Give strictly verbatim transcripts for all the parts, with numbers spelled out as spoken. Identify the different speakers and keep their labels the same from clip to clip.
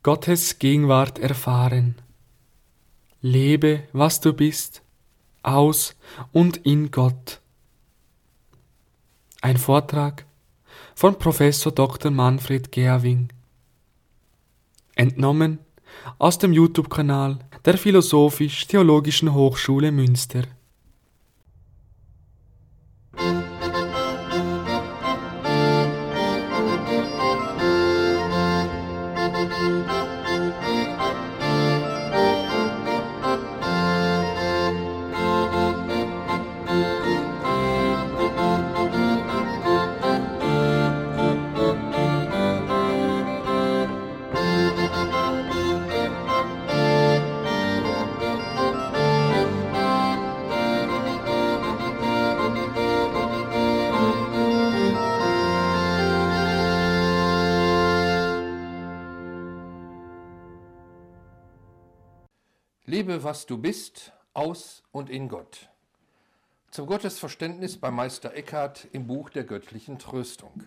Speaker 1: Gottes Gegenwart erfahren. Lebe, was du bist, aus und in Gott. Ein Vortrag von Professor Doktor Manfred Gerwing. Entnommen aus dem YouTube-Kanal der Philosophisch-Theologischen Hochschule Münster.
Speaker 2: Lebe, was du bist, aus und in Gott. Zum Gottesverständnis bei Meister Eckhart im Buch der göttlichen Tröstung.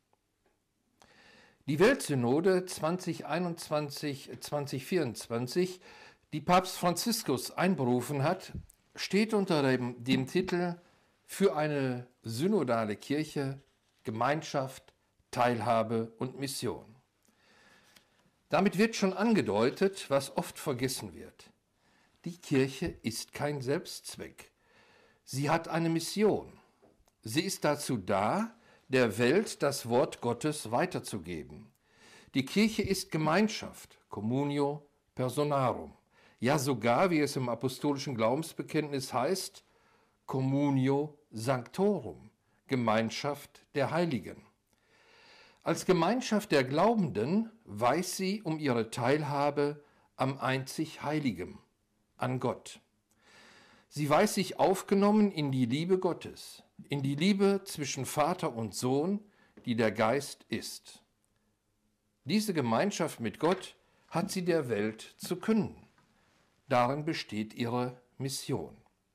Speaker 2: Die Weltsynode zwanzig einundzwanzig zwanzig vierundzwanzig, die Papst Franziskus einberufen hat, steht unter dem, dem Titel Für eine synodale Kirche, Gemeinschaft, Teilhabe und Mission. Damit wird schon angedeutet, was oft vergessen wird. Die Kirche ist kein Selbstzweck. Sie hat eine Mission. Sie ist dazu da, der Welt das Wort Gottes weiterzugeben. Die Kirche ist Gemeinschaft, Communio Personarum. Ja sogar, wie es im apostolischen Glaubensbekenntnis heißt, Communio Sanctorum, Gemeinschaft der Heiligen. Als Gemeinschaft der Glaubenden weiß sie um ihre Teilhabe am einzig Heiligen, an Gott. Sie weiß sich aufgenommen in die Liebe Gottes, in die Liebe zwischen Vater und Sohn, die der Geist ist. Diese Gemeinschaft mit Gott hat sie der Welt zu künden. Darin besteht ihre Mission.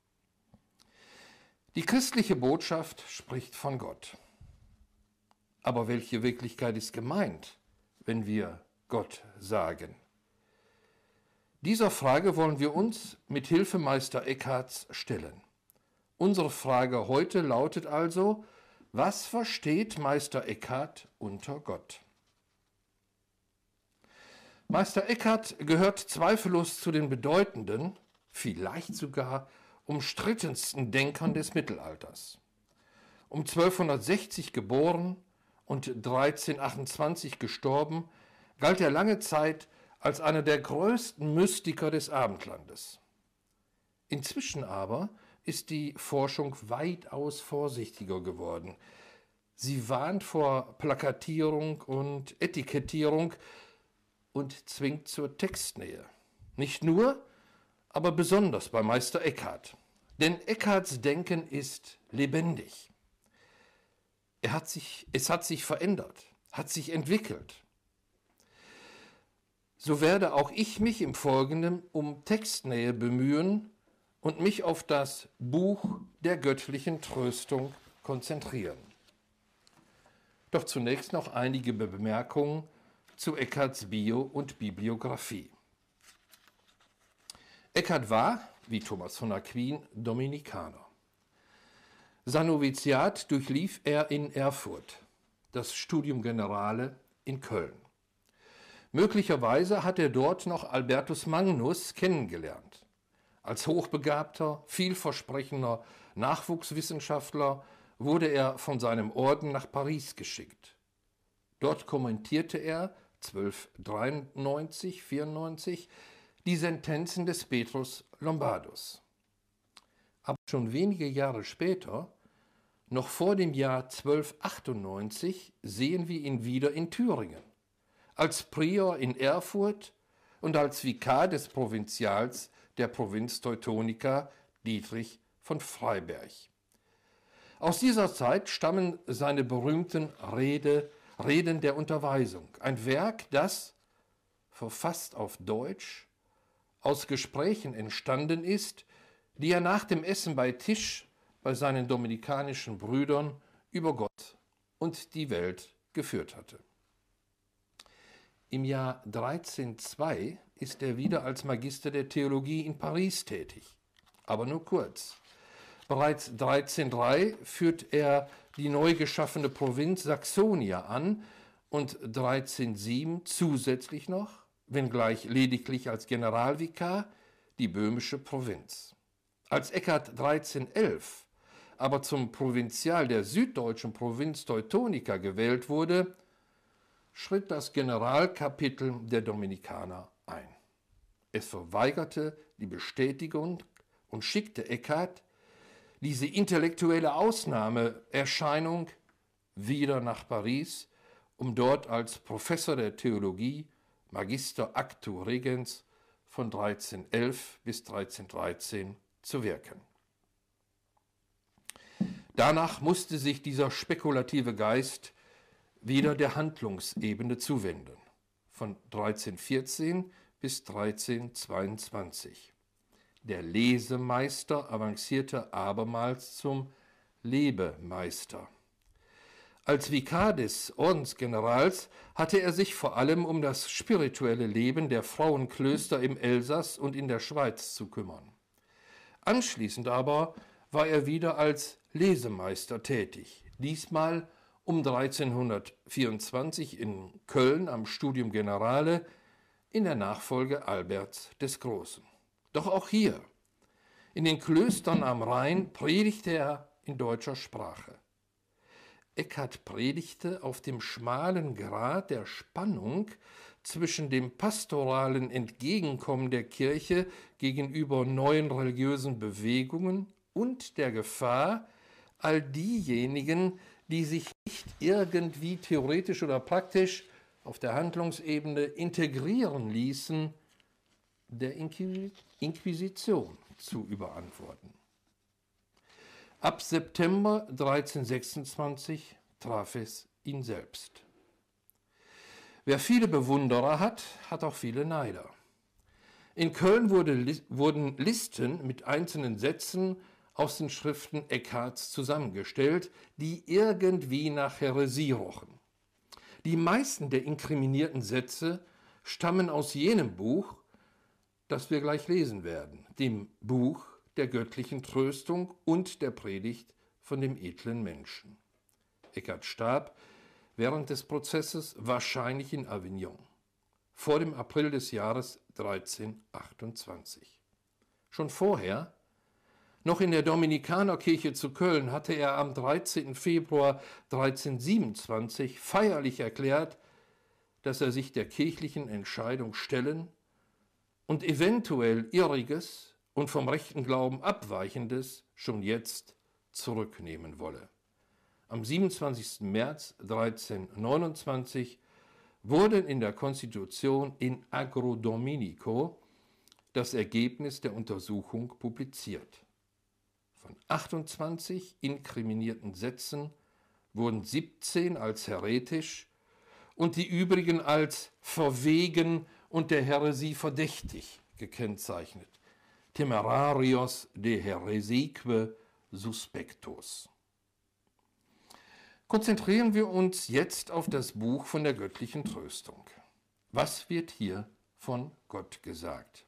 Speaker 2: Die christliche Botschaft spricht von Gott. Aber welche Wirklichkeit ist gemeint, wenn wir Gott sagen? Dieser Frage wollen wir uns mit Hilfe Meister Eckharts stellen. Unsere Frage heute lautet also: Was versteht Meister Eckhart unter Gott? Meister Eckhart gehört zweifellos zu den bedeutenden, vielleicht sogar umstrittensten Denkern des Mittelalters. Um zwölfhundertsechzig geboren und dreizehnhundertachtundzwanzig gestorben, galt er lange Zeit als einer der größten Mystiker des Abendlandes. Inzwischen aber ist die Forschung weitaus vorsichtiger geworden. Sie warnt vor Plakatierung und Etikettierung und zwingt zur Textnähe. Nicht nur, aber besonders bei Meister Eckhart. Denn Eckharts Denken ist lebendig. Er hat sich, es hat sich verändert, hat sich entwickelt. So werde auch ich mich im Folgenden um Textnähe bemühen und mich auf das Buch der göttlichen Tröstung konzentrieren. Doch zunächst noch einige Bemerkungen zu Eckharts Bio und Bibliografie. Eckhart war, wie Thomas von Aquin, Dominikaner. Sein Noviziat durchlief er in Erfurt, das Studium Generale in Köln. Möglicherweise hat er dort noch Albertus Magnus kennengelernt. Als hochbegabter, vielversprechender Nachwuchswissenschaftler wurde er von seinem Orden nach Paris geschickt. Dort kommentierte er zwölfhundertdreiundneunzig vierundneunzig die Sentenzen des Petrus Lombardus. Aber schon wenige Jahre später, noch vor dem Jahr zwölfhundertachtundneunzig, sehen wir ihn wieder in Thüringen, als Prior in Erfurt und als Vikar des Provinzials der Provinz Teutonica, Dietrich von Freiberg. Aus dieser Zeit stammen seine berühmten Rede, Reden der Unterweisung, ein Werk, das, verfasst auf Deutsch, aus Gesprächen entstanden ist, die er nach dem Essen bei Tisch bei seinen dominikanischen Brüdern über Gott und die Welt geführt hatte. Im Jahr dreizehnhundertzwei ist er wieder als Magister der Theologie in Paris tätig, aber nur kurz. Bereits dreizehnhundertdrei führt er die neu geschaffene Provinz Saxonia an und dreizehnhundertsieben zusätzlich noch, wenngleich lediglich als Generalvikar, die böhmische Provinz. Als Eckhard dreizehnhundertelf aber zum Provinzial der süddeutschen Provinz Teutonica gewählt wurde, schritt das Generalkapitel der Dominikaner ein. Es verweigerte die Bestätigung und schickte Eckhard, diese intellektuelle Ausnahmeerscheinung, wieder nach Paris, um dort als Professor der Theologie, Magister Actu Regens von dreizehnhundertelf bis dreizehnhundertdreizehn zu wirken. Danach musste sich dieser spekulative Geist wieder der Handlungsebene zuwenden, von dreizehnhundertvierzehn bis dreizehnhundertzweiundzwanzig. Der Lesemeister avancierte abermals zum Lebemeister. Als Vikar des Ordensgenerals hatte er sich vor allem um das spirituelle Leben der Frauenklöster im Elsass und in der Schweiz zu kümmern. Anschließend aber war er wieder als Lesemeister tätig, diesmal um dreizehnhundertvierundzwanzig in Köln am Studium Generale in der Nachfolge Alberts des Großen. Doch auch hier, in den Klöstern am Rhein, predigte er in deutscher Sprache. Eckhard predigte auf dem schmalen Grat der Spannung zwischen dem pastoralen Entgegenkommen der Kirche gegenüber neuen religiösen Bewegungen und der Gefahr, all diejenigen, die sich nicht irgendwie theoretisch oder praktisch auf der Handlungsebene integrieren ließen, der Inquisition zu überantworten. Ab September dreizehnhundertsechsundzwanzig traf es ihn selbst. Wer viele Bewunderer hat, hat auch viele Neider. In Köln wurde, wurden Listen mit einzelnen Sätzen aus den Schriften Eckhards zusammengestellt, die irgendwie nach Häresie rochen. Die meisten der inkriminierten Sätze stammen aus jenem Buch, das wir gleich lesen werden, dem Buch der göttlichen Tröstung und der Predigt von dem edlen Menschen. Eckhard starb während des Prozesses wahrscheinlich in Avignon, vor dem April des Jahres dreizehnhundertachtundzwanzig. Schon vorher, noch in der Dominikanerkirche zu Köln, hatte er am dreizehnten Februar dreizehnhundertsiebenundzwanzig feierlich erklärt, dass er sich der kirchlichen Entscheidung stellen und eventuell Irriges und vom rechten Glauben Abweichendes schon jetzt zurücknehmen wolle. Am siebenundzwanzigsten März dreizehnhundertneunundzwanzig wurde in der Konstitution in Agro Dominico das Ergebnis der Untersuchung publiziert. Von achtundzwanzig inkriminierten Sätzen wurden siebzehn als heretisch und die übrigen als verwegen und der Häresie verdächtig gekennzeichnet. Temerarios de heresique suspectus. Konzentrieren wir uns jetzt auf das Buch von der göttlichen Tröstung. Was wird hier von Gott gesagt?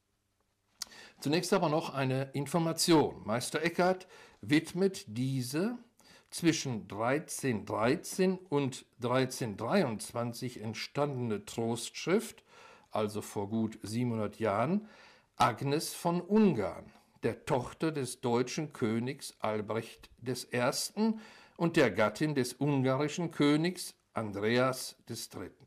Speaker 2: Zunächst aber noch eine Information. Meister Eckhard widmet diese zwischen dreizehnhundertdreizehn und dreizehnhundertdreiundzwanzig entstandene Trostschrift, also vor gut siebenhundert Jahren, Agnes von Ungarn, der Tochter des deutschen Königs Albrecht der Erste. Und der Gattin des ungarischen Königs Andreas der Dritte.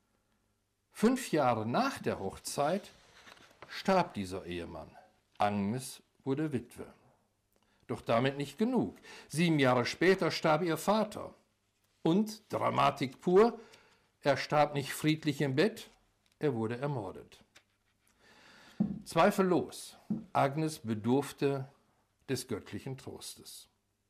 Speaker 2: Fünf Jahre nach der Hochzeit starb dieser Ehemann. Agnes wurde Witwe. Doch damit nicht genug. Sieben Jahre später starb ihr Vater. Und, Dramatik pur, er starb nicht friedlich im Bett, er wurde ermordet. Zweifellos, Agnes bedurfte des göttlichen Trostes.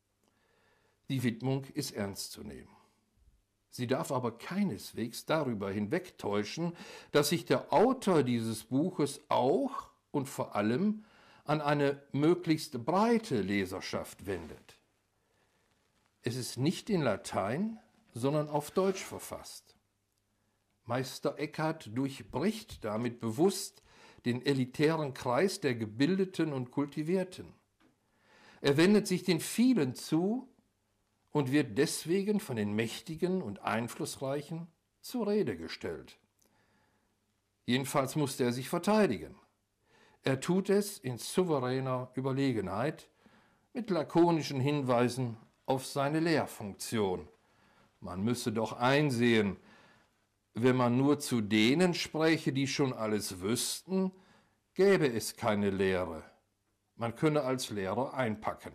Speaker 2: Die Widmung ist ernst zu nehmen. Sie darf aber keineswegs darüber hinwegtäuschen, dass sich der Autor dieses Buches auch und vor allem an eine möglichst breite Leserschaft wendet. Es ist nicht in Latein, sondern auf Deutsch verfasst. Meister Eckhart durchbricht damit bewusst den elitären Kreis der Gebildeten und Kultivierten. Er wendet sich den vielen zu und wird deswegen von den Mächtigen und Einflussreichen zur Rede gestellt. Jedenfalls musste er sich verteidigen. Er tut es in souveräner Überlegenheit mit lakonischen Hinweisen auf seine Lehrfunktion. Man müsse doch einsehen, wenn man nur zu denen spräche, die schon alles wüssten, gäbe es keine Lehre. Man könne als Lehrer einpacken.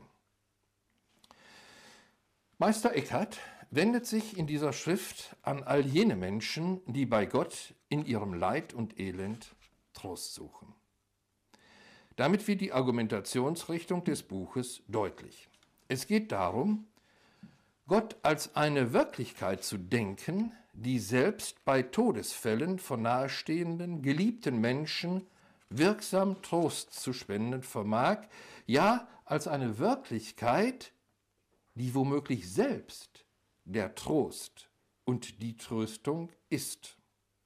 Speaker 2: Meister Eckhart wendet sich in dieser Schrift an all jene Menschen, die bei Gott in ihrem Leid und Elend Trost suchen. Damit wird die Argumentationsrichtung des Buches deutlich. Es geht darum, Gott als eine Wirklichkeit zu denken, die selbst bei Todesfällen von nahestehenden, geliebten Menschen wirksam Trost zu spenden vermag, ja als eine Wirklichkeit, die womöglich selbst der Trost und die Tröstung ist.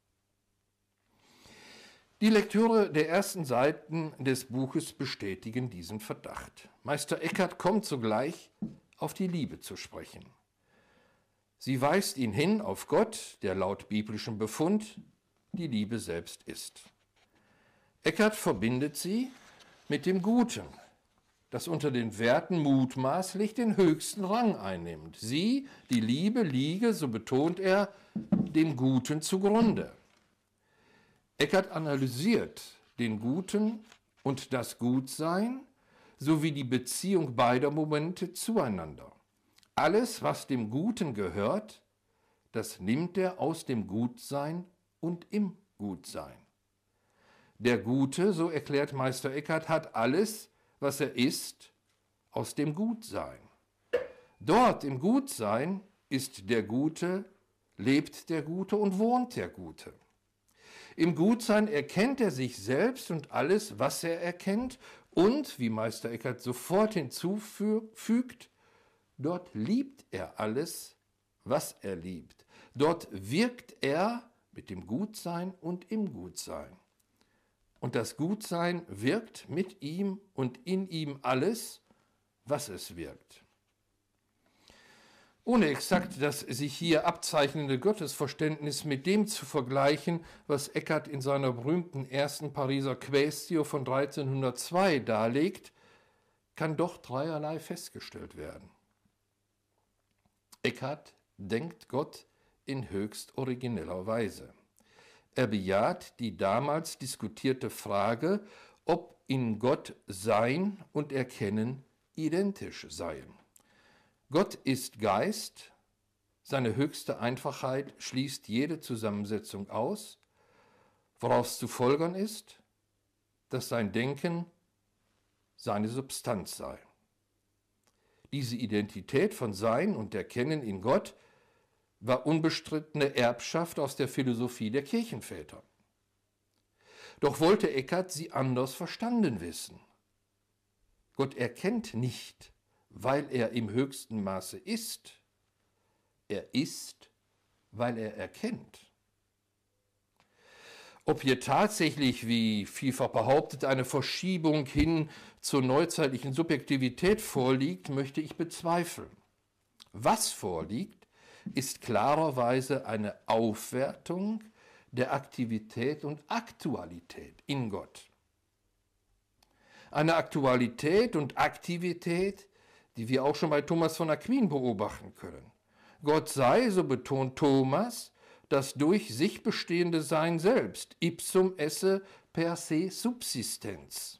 Speaker 2: Die Lektüre der ersten Seiten des Buches bestätigen diesen Verdacht. Meister Eckhart kommt sogleich auf die Liebe zu sprechen. Sie weist ihn hin auf Gott, der laut biblischem Befund die Liebe selbst ist. Eckhart verbindet sie mit dem Guten, das unter den Werten mutmaßlich den höchsten Rang einnimmt. Sie, die Liebe, liege, so betont er, dem Guten zugrunde. Eckhart analysiert den Guten und das Gutsein sowie die Beziehung beider Momente zueinander. Alles, was dem Guten gehört, das nimmt er aus dem Gutsein und im Gutsein. Der Gute, so erklärt Meister Eckhart, hat alles, was er ist, aus dem Gutsein. Dort im Gutsein ist der Gute, lebt der Gute und wohnt der Gute. Im Gutsein erkennt er sich selbst und alles, was er erkennt, und, wie Meister Eckhart sofort hinzufügt, dort liebt er alles, was er liebt. Dort wirkt er mit dem Gutsein und im Gutsein. Und das Gutsein wirkt mit ihm und in ihm alles, was es wirkt. Ohne exakt das sich hier abzeichnende Gottesverständnis mit dem zu vergleichen, was Eckhart in seiner berühmten ersten Pariser Quaestio von dreizehnhundertzwei darlegt, kann doch dreierlei festgestellt werden. Eckhart denkt Gott in höchst origineller Weise. Er bejaht die damals diskutierte Frage, ob in Gott Sein und Erkennen identisch seien. Gott ist Geist, seine höchste Einfachheit schließt jede Zusammensetzung aus, woraus zu folgern ist, dass sein Denken seine Substanz sei. Diese Identität von Sein und Erkennen in Gott war unbestrittene Erbschaft aus der Philosophie der Kirchenväter. Doch wollte Eckhart sie anders verstanden wissen. Gott erkennt nicht, weil er im höchsten Maße ist. Er ist, weil er erkennt. Ob hier tatsächlich, wie vielfach behauptet, eine Verschiebung hin zur neuzeitlichen Subjektivität vorliegt, möchte ich bezweifeln. Was vorliegt, ist klarerweise eine Aufwertung der Aktivität und Aktualität in Gott. Eine Aktualität und Aktivität, die wir auch schon bei Thomas von Aquin beobachten können. Gott sei, so betont Thomas, das durch sich bestehende Sein selbst, ipsum esse per se subsistens.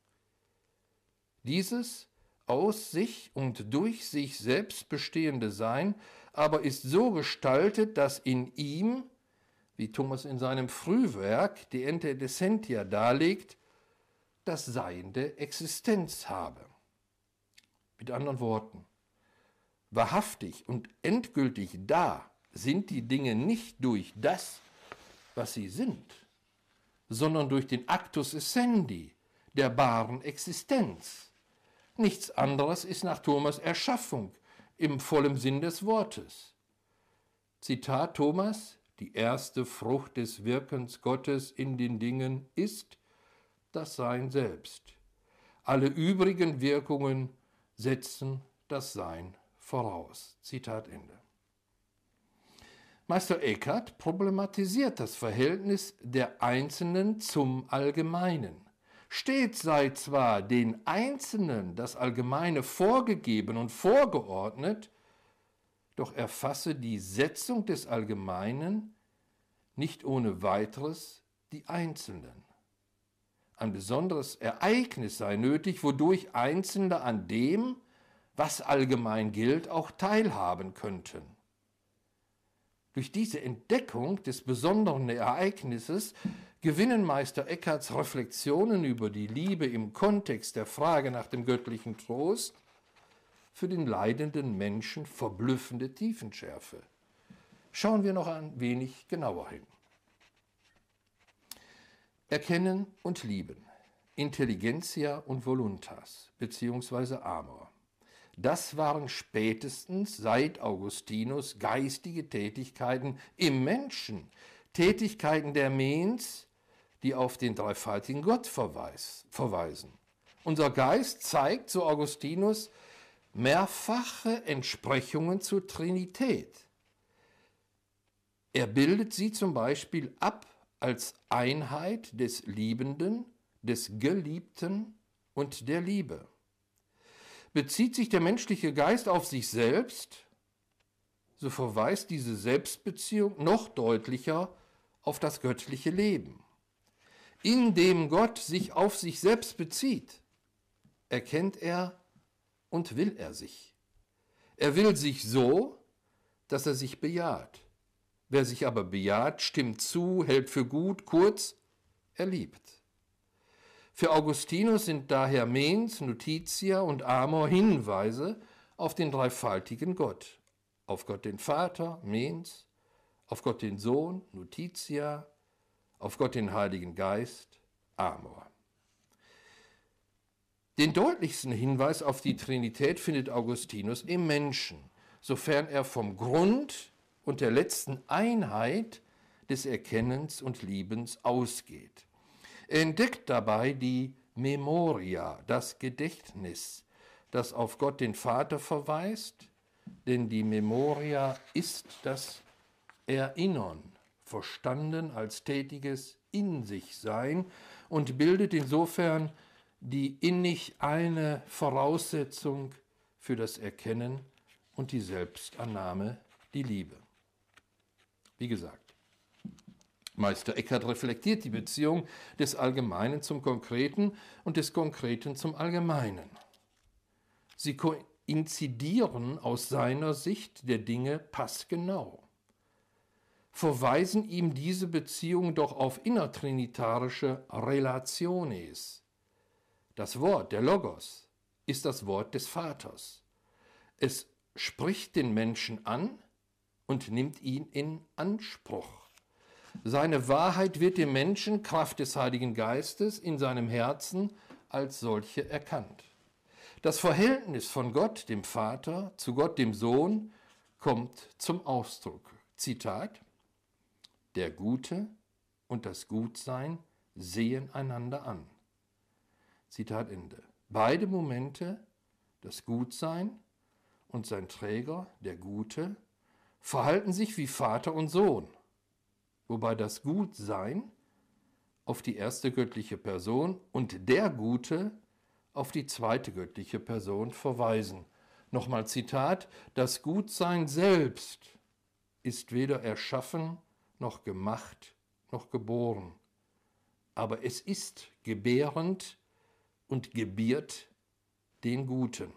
Speaker 2: Dieses aus sich und durch sich selbst bestehende Sein aber ist so gestaltet, dass in ihm, wie Thomas in seinem Frühwerk die Ente Descentia darlegt, das seiende Existenz habe. Mit anderen Worten, wahrhaftig und endgültig da sind die Dinge nicht durch das, was sie sind, sondern durch den Actus Essendi, der baren Existenz. Nichts anderes ist nach Thomas Erschaffung im vollen Sinn des Wortes. Zitat Thomas, die erste Frucht des Wirkens Gottes in den Dingen ist das Sein selbst. Alle übrigen Wirkungen setzen das Sein voraus. Zitat Ende. Meister Eckhart problematisiert das Verhältnis der Einzelnen zum Allgemeinen. Stets sei zwar den Einzelnen das Allgemeine vorgegeben und vorgeordnet, doch erfasse die Setzung des Allgemeinen nicht ohne weiteres die Einzelnen. Ein besonderes Ereignis sei nötig, wodurch Einzelne an dem, was allgemein gilt, auch teilhaben könnten. Durch diese Entdeckung des besonderen Ereignisses gewinnen Meister Eckharts Reflexionen über die Liebe im Kontext der Frage nach dem göttlichen Trost für den leidenden Menschen verblüffende Tiefenschärfe. Schauen wir noch ein wenig genauer hin. Erkennen und lieben, Intelligentia und Voluntas bzw. Amor. Das waren spätestens seit Augustinus geistige Tätigkeiten im Menschen, Tätigkeiten der Mens, die auf den dreifaltigen Gott verweis, verweisen. Unser Geist zeigt, so Augustinus, mehrfache Entsprechungen zur Trinität. Er bildet sie zum Beispiel ab als Einheit des Liebenden, des Geliebten und der Liebe. Bezieht sich der menschliche Geist auf sich selbst, so verweist diese Selbstbeziehung noch deutlicher auf das göttliche Leben. Indem Gott sich auf sich selbst bezieht, erkennt er und will er sich. Er will sich so, dass er sich bejaht. Wer sich aber bejaht, stimmt zu, hält für gut, kurz, er liebt. Für Augustinus sind daher Mens, Notitia und Amor Hinweise auf den dreifaltigen Gott, auf Gott den Vater, Mens, auf Gott den Sohn, Notitia, auf Gott den Heiligen Geist, Amor. Den deutlichsten Hinweis auf die Trinität findet Augustinus im Menschen, sofern er vom Grund und der letzten Einheit des Erkennens und Liebens ausgeht. Er entdeckt dabei die Memoria, das Gedächtnis, das auf Gott den Vater verweist, denn die Memoria ist das Erinnern, verstanden als tätiges In sich Sein und bildet insofern die innig eine Voraussetzung für das Erkennen und die Selbstannahme, die Liebe. Wie gesagt, Meister Eckhart reflektiert die Beziehung des Allgemeinen zum Konkreten und des Konkreten zum Allgemeinen. Sie koinzidieren aus seiner Sicht der Dinge passgenau. Verweisen ihm diese Beziehung doch auf innertrinitarische Relationes. Das Wort, der Logos, ist das Wort des Vaters. Es spricht den Menschen an und nimmt ihn in Anspruch. Seine Wahrheit wird dem Menschen Kraft des Heiligen Geistes in seinem Herzen als solche erkannt. Das Verhältnis von Gott, dem Vater, zu Gott, dem Sohn, kommt zum Ausdruck. Zitat: Der Gute und das Gutsein sehen einander an. Zitat Ende. Beide Momente, das Gutsein und sein Träger, der Gute, verhalten sich wie Vater und Sohn, wobei das Gutsein auf die erste göttliche Person und der Gute auf die zweite göttliche Person verweisen. Nochmal Zitat: Das Gutsein selbst ist weder erschaffen noch gemacht noch geboren, aber es ist gebärend und gebiert den Guten.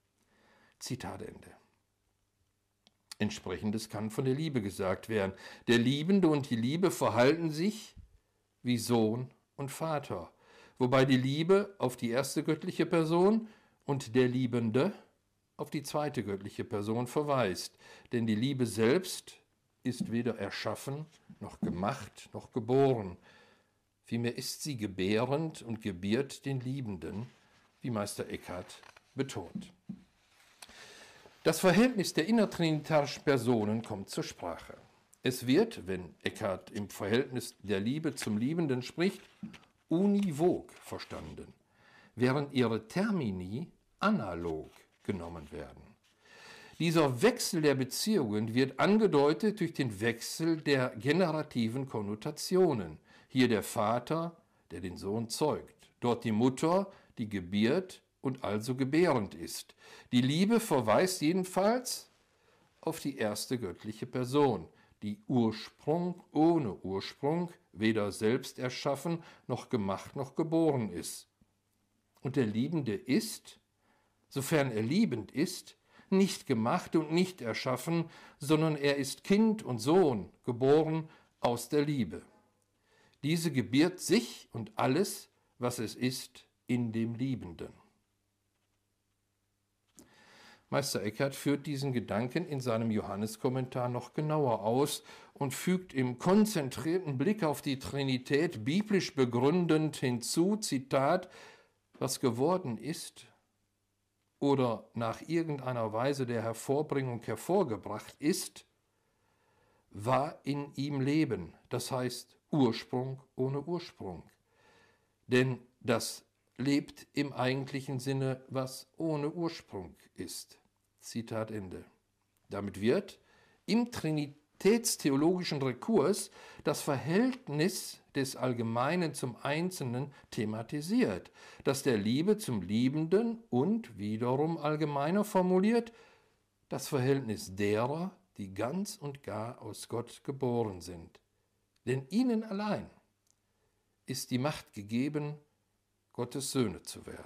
Speaker 2: Zitat Ende. Entsprechendes kann von der Liebe gesagt werden. Der Liebende und die Liebe verhalten sich wie Sohn und Vater, wobei die Liebe auf die erste göttliche Person und der Liebende auf die zweite göttliche Person verweist. Denn die Liebe selbst ist weder erschaffen, noch gemacht, noch geboren. Vielmehr ist sie gebärend und gebiert den Liebenden, wie Meister Eckhart betont. Das Verhältnis der innertrinitarischen Personen kommt zur Sprache. Es wird, wenn Eckhart im Verhältnis der Liebe zum Liebenden spricht, univok verstanden, während ihre Termini analog genommen werden. Dieser Wechsel der Beziehungen wird angedeutet durch den Wechsel der generativen Konnotationen. Hier der Vater, der den Sohn zeugt, dort die Mutter, die gebiert und also gebärend ist. Die Liebe verweist jedenfalls auf die erste göttliche Person, die Ursprung ohne Ursprung, weder selbst erschaffen, noch gemacht, noch geboren ist. Und der Liebende ist, sofern er liebend ist, nicht gemacht und nicht erschaffen, sondern er ist Kind und Sohn, geboren aus der Liebe. Diese gebiert sich und alles, was es ist, in dem Liebenden. Meister Eckhart führt diesen Gedanken in seinem Johanneskommentar noch genauer aus und fügt im konzentrierten Blick auf die Trinität biblisch begründend hinzu, Zitat, was geworden ist oder nach irgendeiner Weise der Hervorbringung hervorgebracht ist, war in ihm Leben, das heißt Ursprung ohne Ursprung. Denn das lebt im eigentlichen Sinne, was ohne Ursprung ist. Zitat Ende. Damit wird im trinitätstheologischen Rekurs das Verhältnis des Allgemeinen zum Einzelnen thematisiert, das der Liebe zum Liebenden und wiederum allgemeiner formuliert, das Verhältnis derer, die ganz und gar aus Gott geboren sind. Denn ihnen allein ist die Macht gegeben, Gottes Söhne zu werden.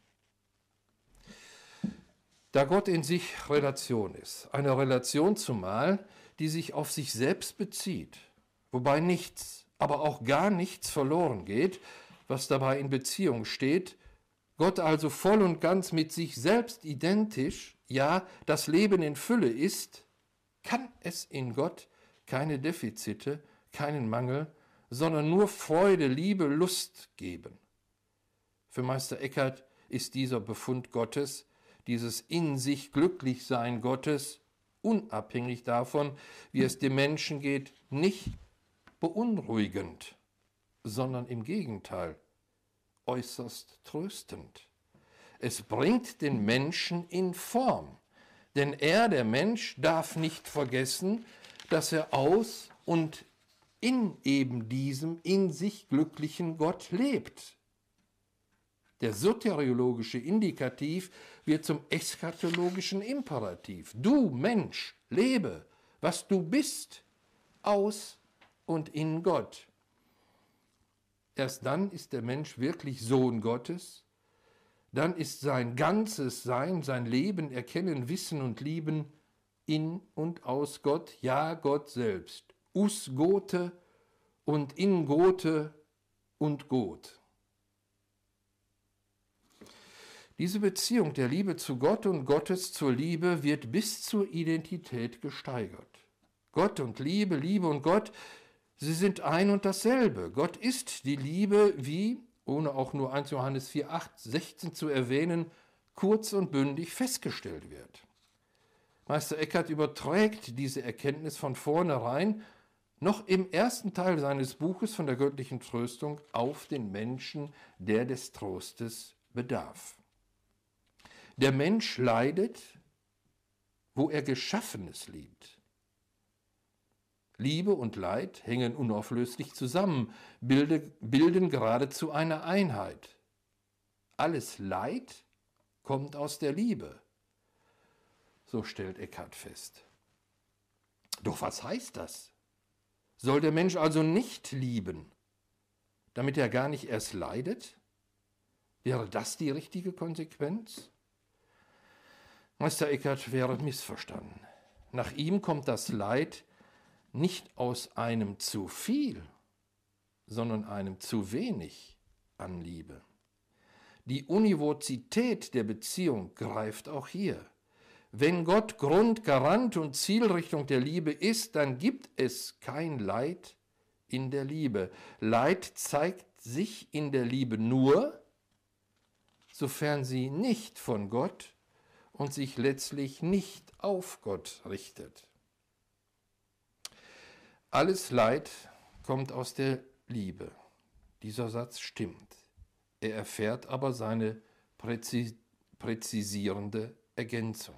Speaker 2: Da Gott in sich Relation ist, eine Relation zumal, die sich auf sich selbst bezieht, wobei nichts, aber auch gar nichts verloren geht, was dabei in Beziehung steht, Gott also voll und ganz mit sich selbst identisch, ja, das Leben in Fülle ist, kann es in Gott keine Defizite, keinen Mangel, sondern nur Freude, Liebe, Lust geben. Für Meister Eckhart ist dieser Befund Gottes, dieses in sich Glücklichsein Gottes, unabhängig davon, wie es dem Menschen geht, nicht beunruhigend, sondern im Gegenteil äußerst tröstend. Es bringt den Menschen in Form, denn er, der Mensch, darf nicht vergessen, dass er aus und in eben diesem in sich glücklichen Gott lebt. Der soteriologische Indikativ wird zum eschatologischen Imperativ. Du, Mensch, lebe, was du bist, aus und in Gott. Erst dann ist der Mensch wirklich Sohn Gottes, dann ist sein ganzes Sein, sein Leben, Erkennen, Wissen und Lieben in und aus Gott, ja Gott selbst. Us Gote und in Gote und Gott. Diese Beziehung der Liebe zu Gott und Gottes zur Liebe wird bis zur Identität gesteigert. Gott und Liebe, Liebe und Gott, sie sind ein und dasselbe. Gott ist die Liebe, wie, ohne auch nur eins Johannes vier, acht, sechzehn zu erwähnen, kurz und bündig festgestellt wird. Meister Eckhart überträgt diese Erkenntnis von vornherein noch im ersten Teil seines Buches von der göttlichen Tröstung auf den Menschen, der des Trostes bedarf. Der Mensch leidet, wo er Geschaffenes liebt. Liebe und Leid hängen unauflöslich zusammen, bilden geradezu eine Einheit. Alles Leid kommt aus der Liebe, so stellt Eckhart fest. Doch was heißt das? Soll der Mensch also nicht lieben, damit er gar nicht erst leidet? Wäre das die richtige Konsequenz? Meister Eckhart wäre missverstanden. Nach ihm kommt das Leid nicht aus einem zu viel, sondern einem zu wenig an Liebe. Die Univozität der Beziehung greift auch hier. Wenn Gott Grund, Garant und Zielrichtung der Liebe ist, dann gibt es kein Leid in der Liebe. Leid zeigt sich in der Liebe nur, sofern sie nicht von Gott und sich letztlich nicht auf Gott richtet. Alles Leid kommt aus der Liebe. Dieser Satz stimmt. Er erfährt aber seine präzis- präzisierende Ergänzung.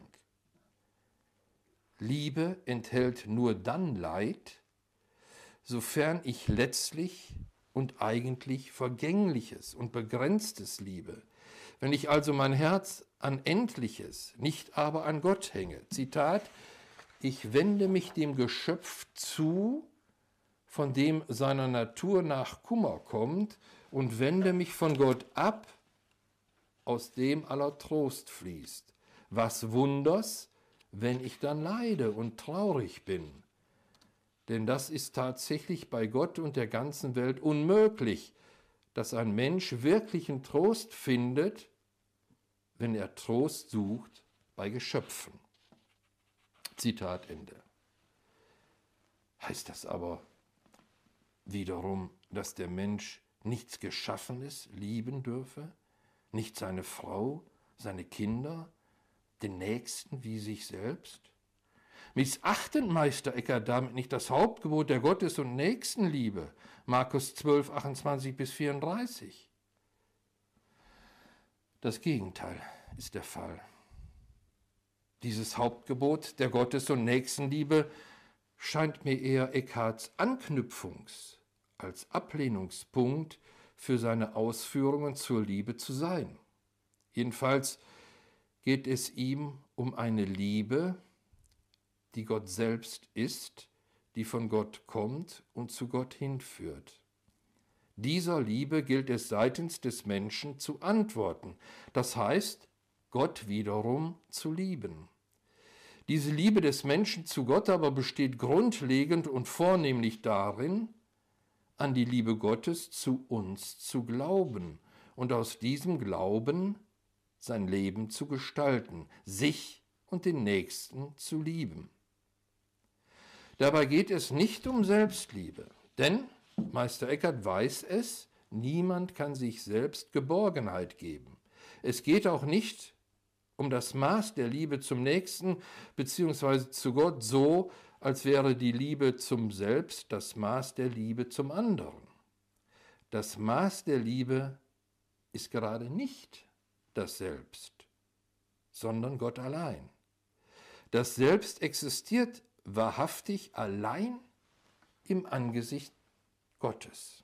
Speaker 2: Liebe enthält nur dann Leid, sofern ich letztlich und eigentlich Vergängliches und Begrenztes liebe. Wenn ich also mein Herz an Endliches, nicht aber an Gott hänge. Zitat: Ich wende mich dem Geschöpf zu, von dem seiner Natur nach Kummer kommt, und wende mich von Gott ab, aus dem aller Trost fließt. Was wunders, wenn ich dann leide und traurig bin. Denn das ist tatsächlich bei Gott und der ganzen Welt unmöglich, dass ein Mensch wirklichen Trost findet, wenn er Trost sucht bei Geschöpfen. Zitat Ende. Heißt das aber wiederum, dass der Mensch nichts Geschaffenes lieben dürfe? Nicht seine Frau, seine Kinder, den Nächsten wie sich selbst? Missachtet Meister Eckhart damit nicht das Hauptgebot der Gottes- und Nächstenliebe? Markus zwölf, achtundzwanzig bis vierunddreißig. Das Gegenteil ist der Fall. Dieses Hauptgebot der Gottes- und Nächstenliebe scheint mir eher Eckharts Anknüpfungs- als Ablehnungspunkt für seine Ausführungen zur Liebe zu sein. Jedenfalls geht es ihm um eine Liebe, die Gott selbst ist, die von Gott kommt und zu Gott hinführt. Dieser Liebe gilt es seitens des Menschen zu antworten, das heißt, Gott wiederum zu lieben. Diese Liebe des Menschen zu Gott aber besteht grundlegend und vornehmlich darin, an die Liebe Gottes zu uns zu glauben und aus diesem Glauben sein Leben zu gestalten, sich und den Nächsten zu lieben. Dabei geht es nicht um Selbstliebe, denn Meister Eckhart weiß es, niemand kann sich selbst Geborgenheit geben. Es geht auch nicht um das Maß der Liebe zum Nächsten bzw. zu Gott so, als wäre die Liebe zum Selbst das Maß der Liebe zum anderen. Das Maß der Liebe ist gerade nicht das Selbst, sondern Gott allein. Das Selbst existiert wahrhaftig allein im Angesicht Gottes.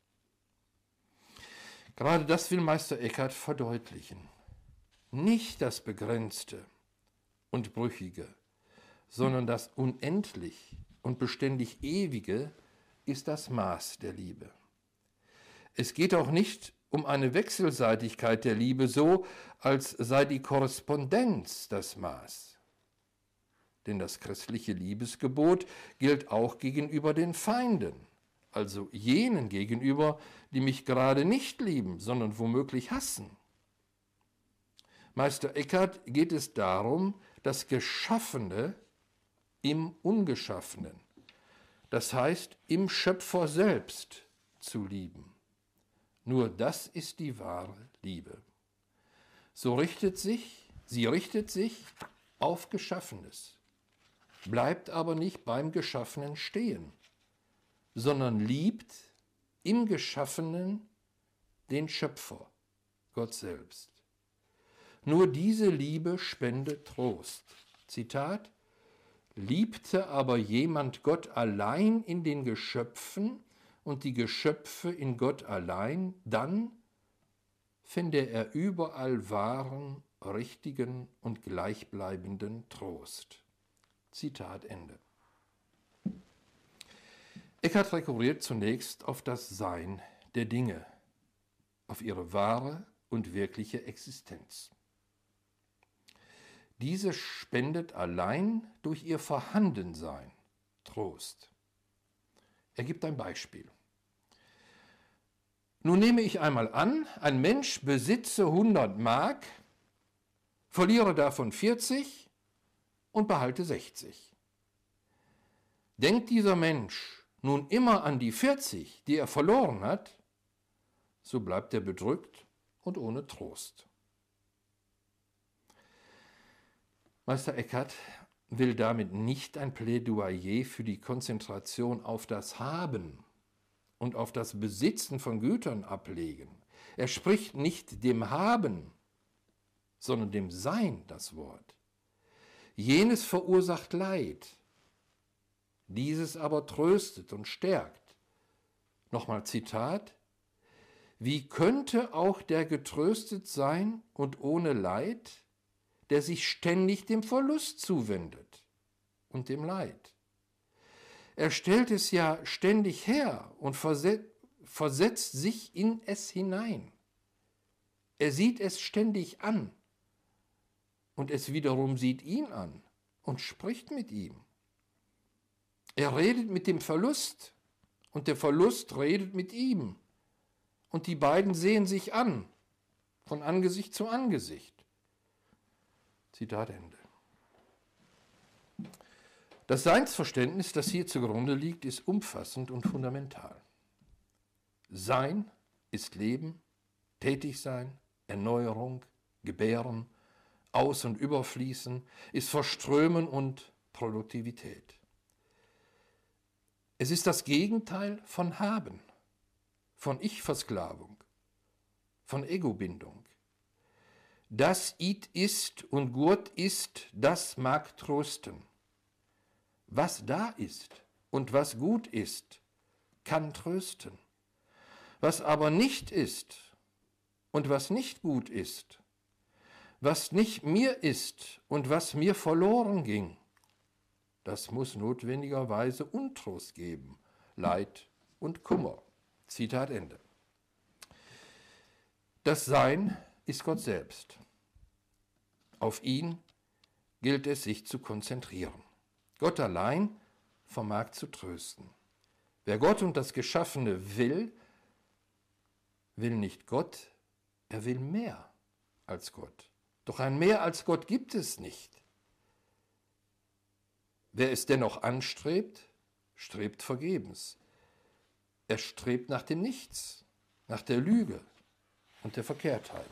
Speaker 2: Gerade das will Meister Eckhart verdeutlichen. Nicht das Begrenzte und Brüchige, sondern das Unendlich und beständig Ewige ist das Maß der Liebe. Es geht auch nicht um eine Wechselseitigkeit der Liebe so, als sei die Korrespondenz das Maß. Denn das christliche Liebesgebot gilt auch gegenüber den Feinden, also jenen gegenüber, die mich gerade nicht lieben, sondern womöglich hassen. Meister Eckhart geht es darum, das Geschaffene im Ungeschaffenen, das heißt im Schöpfer selbst zu lieben. Nur das ist die wahre Liebe. So richtet sich, sie richtet sich auf Geschaffenes, bleibt aber nicht beim Geschaffenen stehen, sondern liebt im Geschaffenen den Schöpfer, Gott selbst. Nur diese Liebe spendet Trost. Zitat: Liebte aber jemand Gott allein in den Geschöpfen und die Geschöpfe in Gott allein, dann fände er überall wahren, richtigen und gleichbleibenden Trost. Zitat Ende. Eckhart rekurriert zunächst auf das Sein der Dinge, auf ihre wahre und wirkliche Existenz. Diese spendet allein durch ihr Vorhandensein Trost. Er gibt ein Beispiel. Nun nehme ich einmal an, ein Mensch besitze hundert Mark, verliere davon vierzig und behalte sechzig. Denkt dieser Mensch nun immer an die vierzig, die er verloren hat, so bleibt er bedrückt und ohne Trost. Meister Eckhart will damit nicht ein Plädoyer für die Konzentration auf das Haben und auf das Besitzen von Gütern ablegen. Er spricht nicht dem Haben, sondern dem Sein das Wort. Jenes verursacht Leid, dieses aber tröstet und stärkt. Nochmal Zitat: Wie könnte auch der getröstet sein und ohne Leid, der sich ständig dem Verlust zuwendet und dem Leid? Er stellt es ja ständig her und versetzt sich in es hinein. Er sieht es ständig an und es wiederum sieht ihn an und spricht mit ihm. Er redet mit dem Verlust und der Verlust redet mit ihm. Und die beiden sehen sich an, von Angesicht zu Angesicht. Zitat Ende. Das Seinsverständnis, das hier zugrunde liegt, ist umfassend und fundamental. Sein ist Leben, Tätigsein, Erneuerung, Gebären, Aus- und Überfließen, ist Verströmen und Produktivität. Es ist das Gegenteil von Haben, von Ich-Versklavung, von Ego-Bindung. Das It ist und gut ist, das mag trösten. Was da ist und was gut ist, kann trösten. Was aber nicht ist und was nicht gut ist, was nicht mir ist und was mir verloren ging, das muss notwendigerweise Untrost geben, Leid und Kummer. Zitat Ende. Das Sein ist Gott selbst. Auf ihn gilt es, sich zu konzentrieren. Gott allein vermag zu trösten. Wer Gott und das Geschaffene will, will nicht Gott, er will mehr als Gott. Doch ein Mehr als Gott gibt es nicht. Wer es dennoch anstrebt, strebt vergebens. Er strebt nach dem Nichts, nach der Lüge und der Verkehrtheit.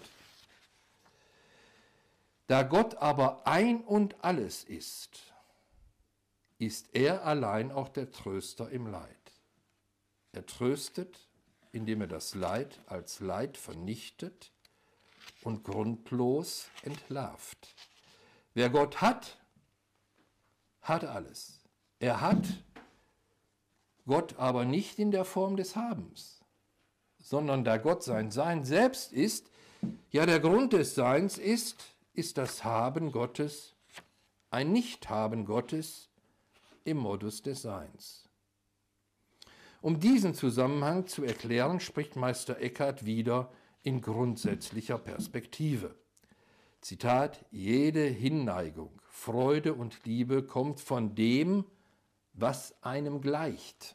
Speaker 2: Da Gott aber ein und alles ist, ist er allein auch der Tröster im Leid. Er tröstet, indem er das Leid als Leid vernichtet und grundlos entlarvt. Wer Gott hat, hat alles. Er hat Gott aber nicht in der Form des Habens, sondern da Gott sein Sein selbst ist, ja der Grund des Seins ist, ist das Haben Gottes ein Nichthaben Gottes im Modus des Seins. Um diesen Zusammenhang zu erklären, spricht Meister Eckhart wieder in grundsätzlicher Perspektive. Zitat: Jede Hinneigung, Freude und Liebe kommt von dem, was einem gleicht.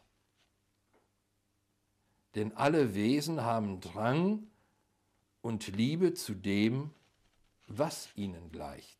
Speaker 2: Denn alle Wesen haben Drang und Liebe zu dem, was ihnen gleicht.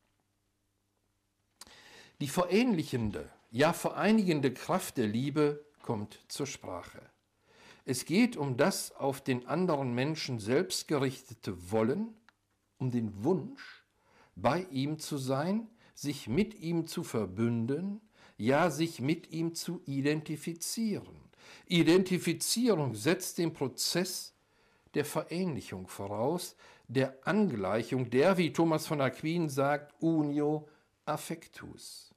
Speaker 2: Die verähnlichende, ja vereinigende Kraft der Liebe kommt zur Sprache. Es geht um das auf den anderen Menschen selbst gerichtete Wollen, um den Wunsch, bei ihm zu sein, sich mit ihm zu verbünden, ja sich mit ihm zu identifizieren. Identifizierung setzt den Prozess der Verähnlichung voraus, der Angleichung, der, wie Thomas von Aquin sagt, unio affectus.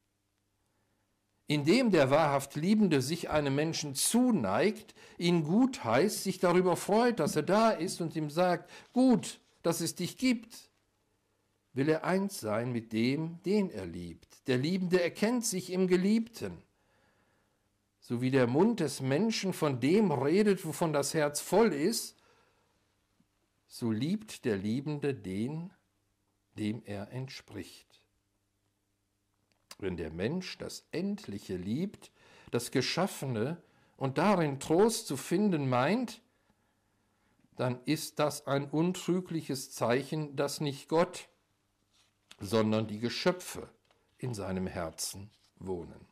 Speaker 2: Indem der wahrhaft Liebende sich einem Menschen zuneigt, ihn gut heißt, sich darüber freut, dass er da ist und ihm sagt, gut, dass es dich gibt, will er eins sein mit dem, den er liebt. Der Liebende erkennt sich im Geliebten. So wie der Mund des Menschen von dem redet, wovon das Herz voll ist, so liebt der Liebende den, dem er entspricht. Wenn der Mensch das Endliche liebt, das Geschaffene und darin Trost zu finden meint, dann ist das ein untrügliches Zeichen, dass nicht Gott, sondern die Geschöpfe in seinem Herzen wohnen.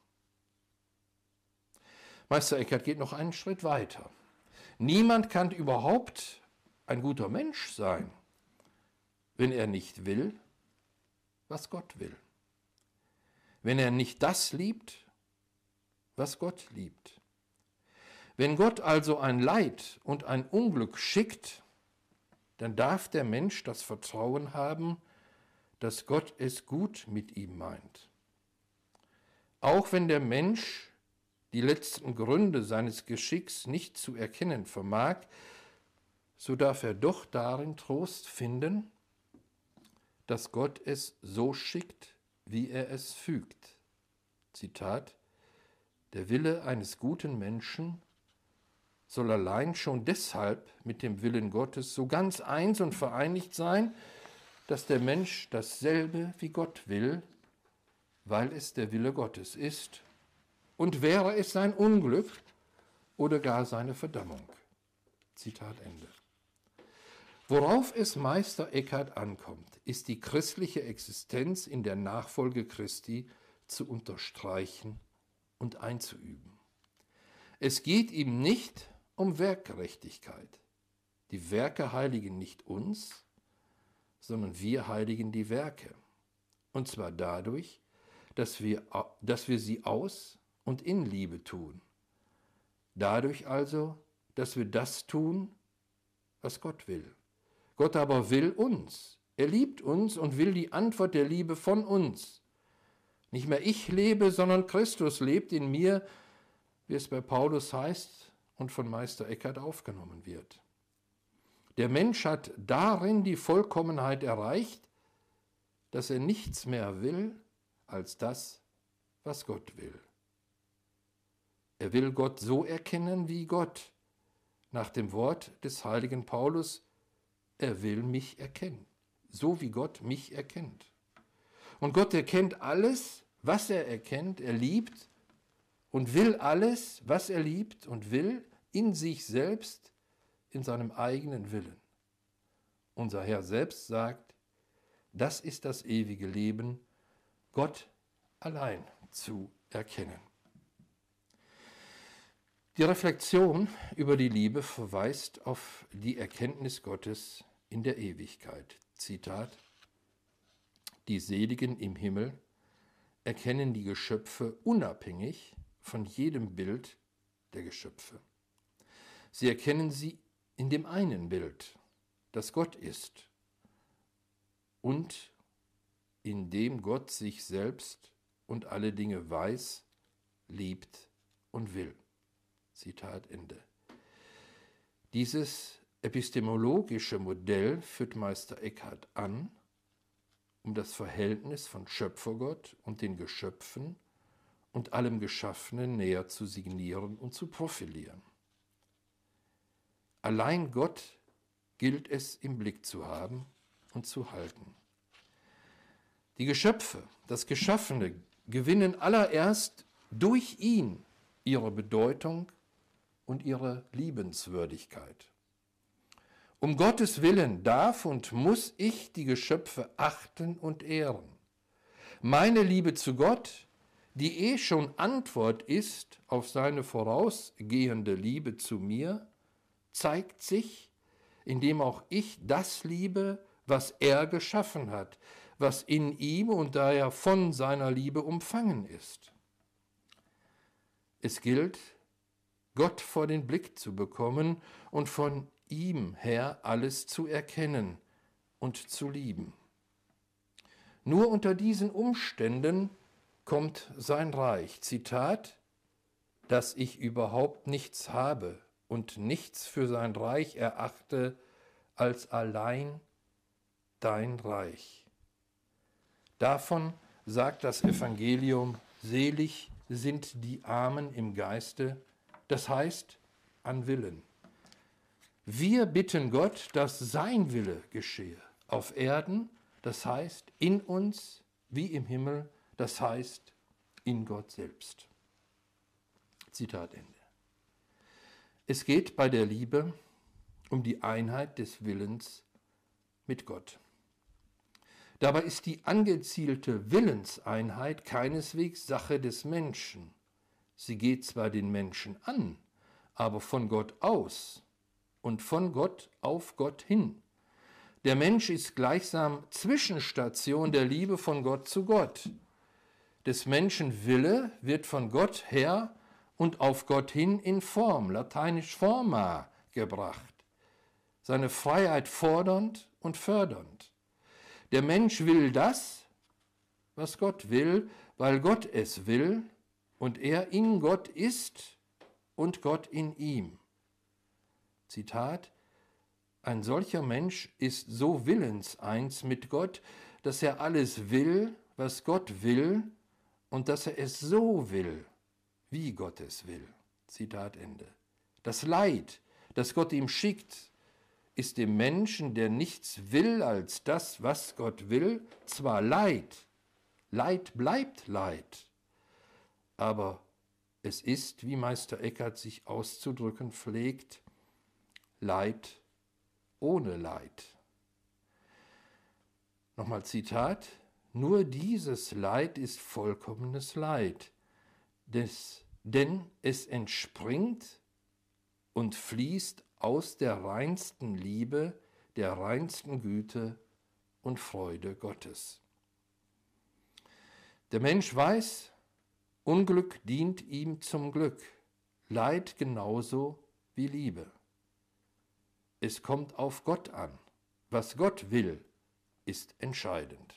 Speaker 2: Meister Eckhart geht noch einen Schritt weiter. Niemand kann überhaupt ein guter Mensch sein, wenn er nicht will, was Gott will. wenn er nicht das liebt, was Gott liebt. Wenn Gott also ein Leid und ein Unglück schickt, dann darf der Mensch das Vertrauen haben, dass Gott es gut mit ihm meint. Auch wenn der Mensch die letzten Gründe seines Geschicks nicht zu erkennen vermag, so darf er doch darin Trost finden, dass Gott es so schickt, wie er es fügt. Zitat: Der Wille eines guten Menschen soll allein schon deshalb mit dem Willen Gottes so ganz eins und vereinigt sein, dass der Mensch dasselbe wie Gott will, weil es der Wille Gottes ist, und wäre es sein Unglück oder gar seine Verdammung. Zitat Ende. Worauf es Meister Eckhart ankommt, ist die christliche Existenz in der Nachfolge Christi zu unterstreichen und einzuüben. Es geht ihm nicht um Werkgerechtigkeit. Die Werke heiligen nicht uns, sondern wir heiligen die Werke. Und zwar dadurch, dass wir, dass wir sie aus und in Liebe tun. Dadurch also, dass wir das tun, was Gott will. Gott aber will uns. Er liebt uns und will die Antwort der Liebe von uns. Nicht mehr ich lebe, sondern Christus lebt in mir, wie es bei Paulus heißt und von Meister Eckhart aufgenommen wird. Der Mensch hat darin die Vollkommenheit erreicht, dass er nichts mehr will als das, was Gott will. Er will Gott so erkennen wie Gott. Nach dem Wort des heiligen Paulus: Er will mich erkennen, so wie Gott mich erkennt. Und Gott erkennt alles, was er erkennt, er liebt und will alles, was er liebt und will, in sich selbst, in seinem eigenen Willen. Unser Herr selbst sagt, das ist das ewige Leben, Gott allein zu erkennen. Die Reflexion über die Liebe verweist auf die Erkenntnis Gottes in der Ewigkeit. Zitat: Die Seligen im Himmel erkennen die Geschöpfe unabhängig von jedem Bild der Geschöpfe. Sie erkennen sie in dem einen Bild, das Gott ist, und in dem Gott sich selbst und alle Dinge weiß, liebt und will. Zitat Ende. Dieses epistemologische Modell führt Meister Eckhart an, um das Verhältnis von Schöpfergott und den Geschöpfen und allem Geschaffenen näher zu signieren und zu profilieren. Allein Gott gilt es im Blick zu haben und zu halten. Die Geschöpfe, das Geschaffene, gewinnen allererst durch ihn ihre Bedeutung und ihre Liebenswürdigkeit. Um Gottes Willen darf und muss ich die Geschöpfe achten und ehren. Meine Liebe zu Gott, die eh schon Antwort ist auf seine vorausgehende Liebe zu mir, zeigt sich, indem auch ich das liebe, was er geschaffen hat, was in ihm und daher von seiner Liebe umfangen ist. Es gilt, Gott vor den Blick zu bekommen und von ihm her alles zu erkennen und zu lieben. Nur unter diesen Umständen kommt sein Reich. Zitat: dass ich überhaupt nichts habe und nichts für sein Reich erachte als allein dein Reich. Davon sagt das Evangelium: Selig sind die Armen im Geiste, das heißt an Willen. Wir bitten Gott, dass sein Wille geschehe, auf Erden, das heißt in uns, wie im Himmel, das heißt in Gott selbst. Zitat Ende. Es geht bei der Liebe um die Einheit des Willens mit Gott. Dabei ist die angezielte Willenseinheit keineswegs Sache des Menschen. Sie geht zwar den Menschen an, aber von Gott aus und von Gott auf Gott hin. Der Mensch ist gleichsam Zwischenstation der Liebe von Gott zu Gott. des Menschen Wille wird von Gott her und auf Gott hin in Form, lateinisch forma, gebracht. Seine Freiheit fordernd und fördernd. Der Mensch will das, was Gott will, weil Gott es will und er in Gott ist und Gott in ihm. Zitat: Ein solcher Mensch ist so willenseins mit Gott, dass er alles will, was Gott will, und dass er es so will, wie Gott es will. Zitat Ende. Das Leid, das Gott ihm schickt, ist dem Menschen, der nichts will als das, was Gott will, zwar Leid, Leid bleibt Leid, aber es ist, wie Meister Eckhart sich auszudrücken pflegt, Leid ohne Leid. Nochmal Zitat: Nur dieses Leid ist vollkommenes Leid, des, denn es entspringt und fließt aus der reinsten Liebe, der reinsten Güte und Freude Gottes. Der Mensch weiß, Unglück dient ihm zum Glück, Leid genauso wie Liebe. Es kommt auf Gott an. Was Gott will, ist entscheidend.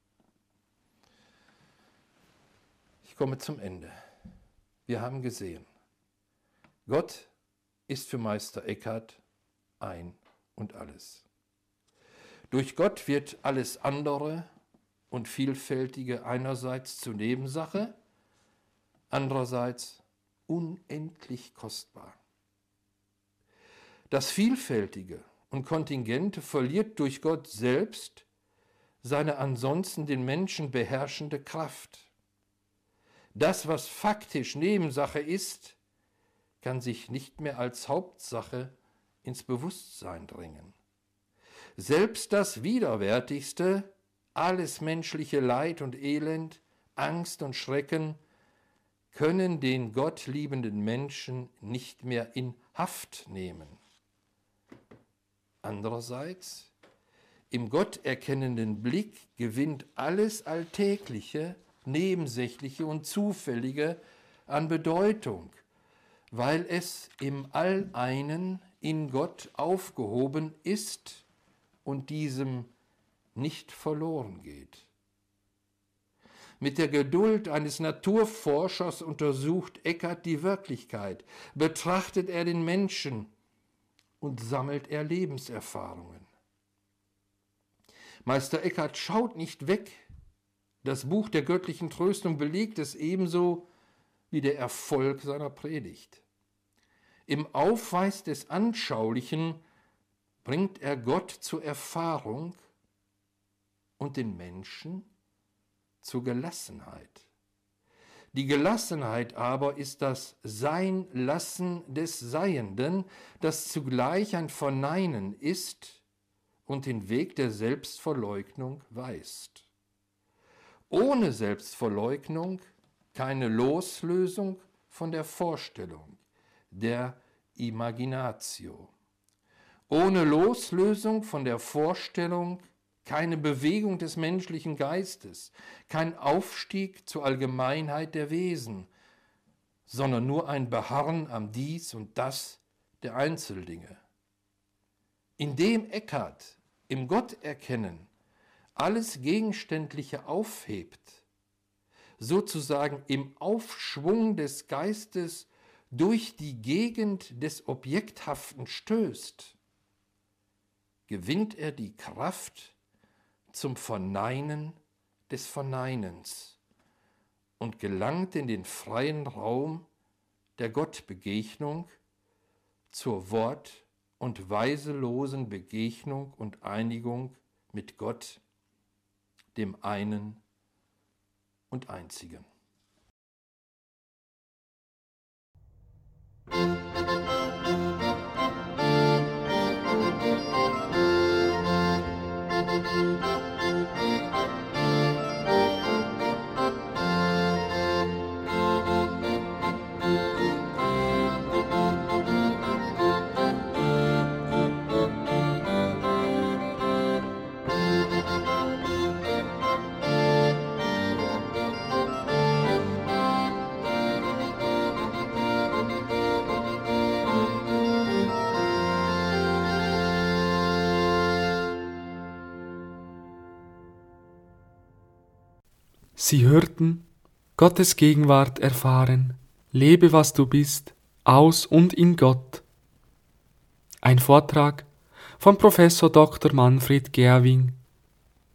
Speaker 2: Ich komme zum Ende. Wir haben gesehen, Gott ist für Meister Eckhart ein und alles. Durch Gott wird alles andere und Vielfältige einerseits zur Nebensache, andererseits unendlich kostbar. Das Vielfältige und Kontingente verliert durch Gott selbst seine ansonsten den Menschen beherrschende Kraft. Das, was faktisch Nebensache ist, kann sich nicht mehr als Hauptsache ins Bewusstsein dringen. Selbst das Widerwärtigste, alles menschliche Leid und Elend, Angst und Schrecken, können den gottliebenden Menschen nicht mehr in Haft nehmen. Andererseits, im gotterkennenden Blick gewinnt alles Alltägliche, Nebensächliche und Zufällige an Bedeutung, weil es im Alleinen in Gott aufgehoben ist und diesem nicht verloren geht. Mit der Geduld eines Naturforschers untersucht Eckhart die Wirklichkeit, betrachtet er den Menschen und sammelt er Lebenserfahrungen. Meister Eckhart schaut nicht weg. Das Buch der göttlichen Tröstung belegt es ebenso wie der Erfolg seiner Predigt. Im Aufweis des Anschaulichen bringt er Gott zur Erfahrung und den Menschen zur Gelassenheit. Die Gelassenheit aber ist das Seinlassen des Seienden, das zugleich ein Verneinen ist und den Weg der Selbstverleugnung weist. Ohne Selbstverleugnung keine Loslösung von der Vorstellung, der Imaginatio. Ohne Loslösung von der Vorstellung keine Bewegung des menschlichen Geistes, kein Aufstieg zur Allgemeinheit der Wesen, sondern nur ein Beharren am Dies und Das der Einzeldinge. Indem Eckhart im Gotterkennen alles Gegenständliche aufhebt, sozusagen im Aufschwung des Geistes durch die Gegend des Objekthaften stößt, gewinnt er die Kraft zum Verneinen des Verneinens und gelangt in den freien Raum der Gottbegegnung zur wort- und weiselosen Begegnung und Einigung mit Gott, dem einen und einzigen.
Speaker 1: Sie hörten Gottes Gegenwart erfahren, lebe was du bist, aus und in Gott. Ein Vortrag von Professor Doktor Manfred Gerwing,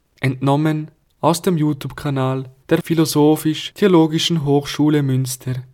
Speaker 1: entnommen aus dem YouTube-Kanal der Philosophisch-Theologischen Hochschule Münster.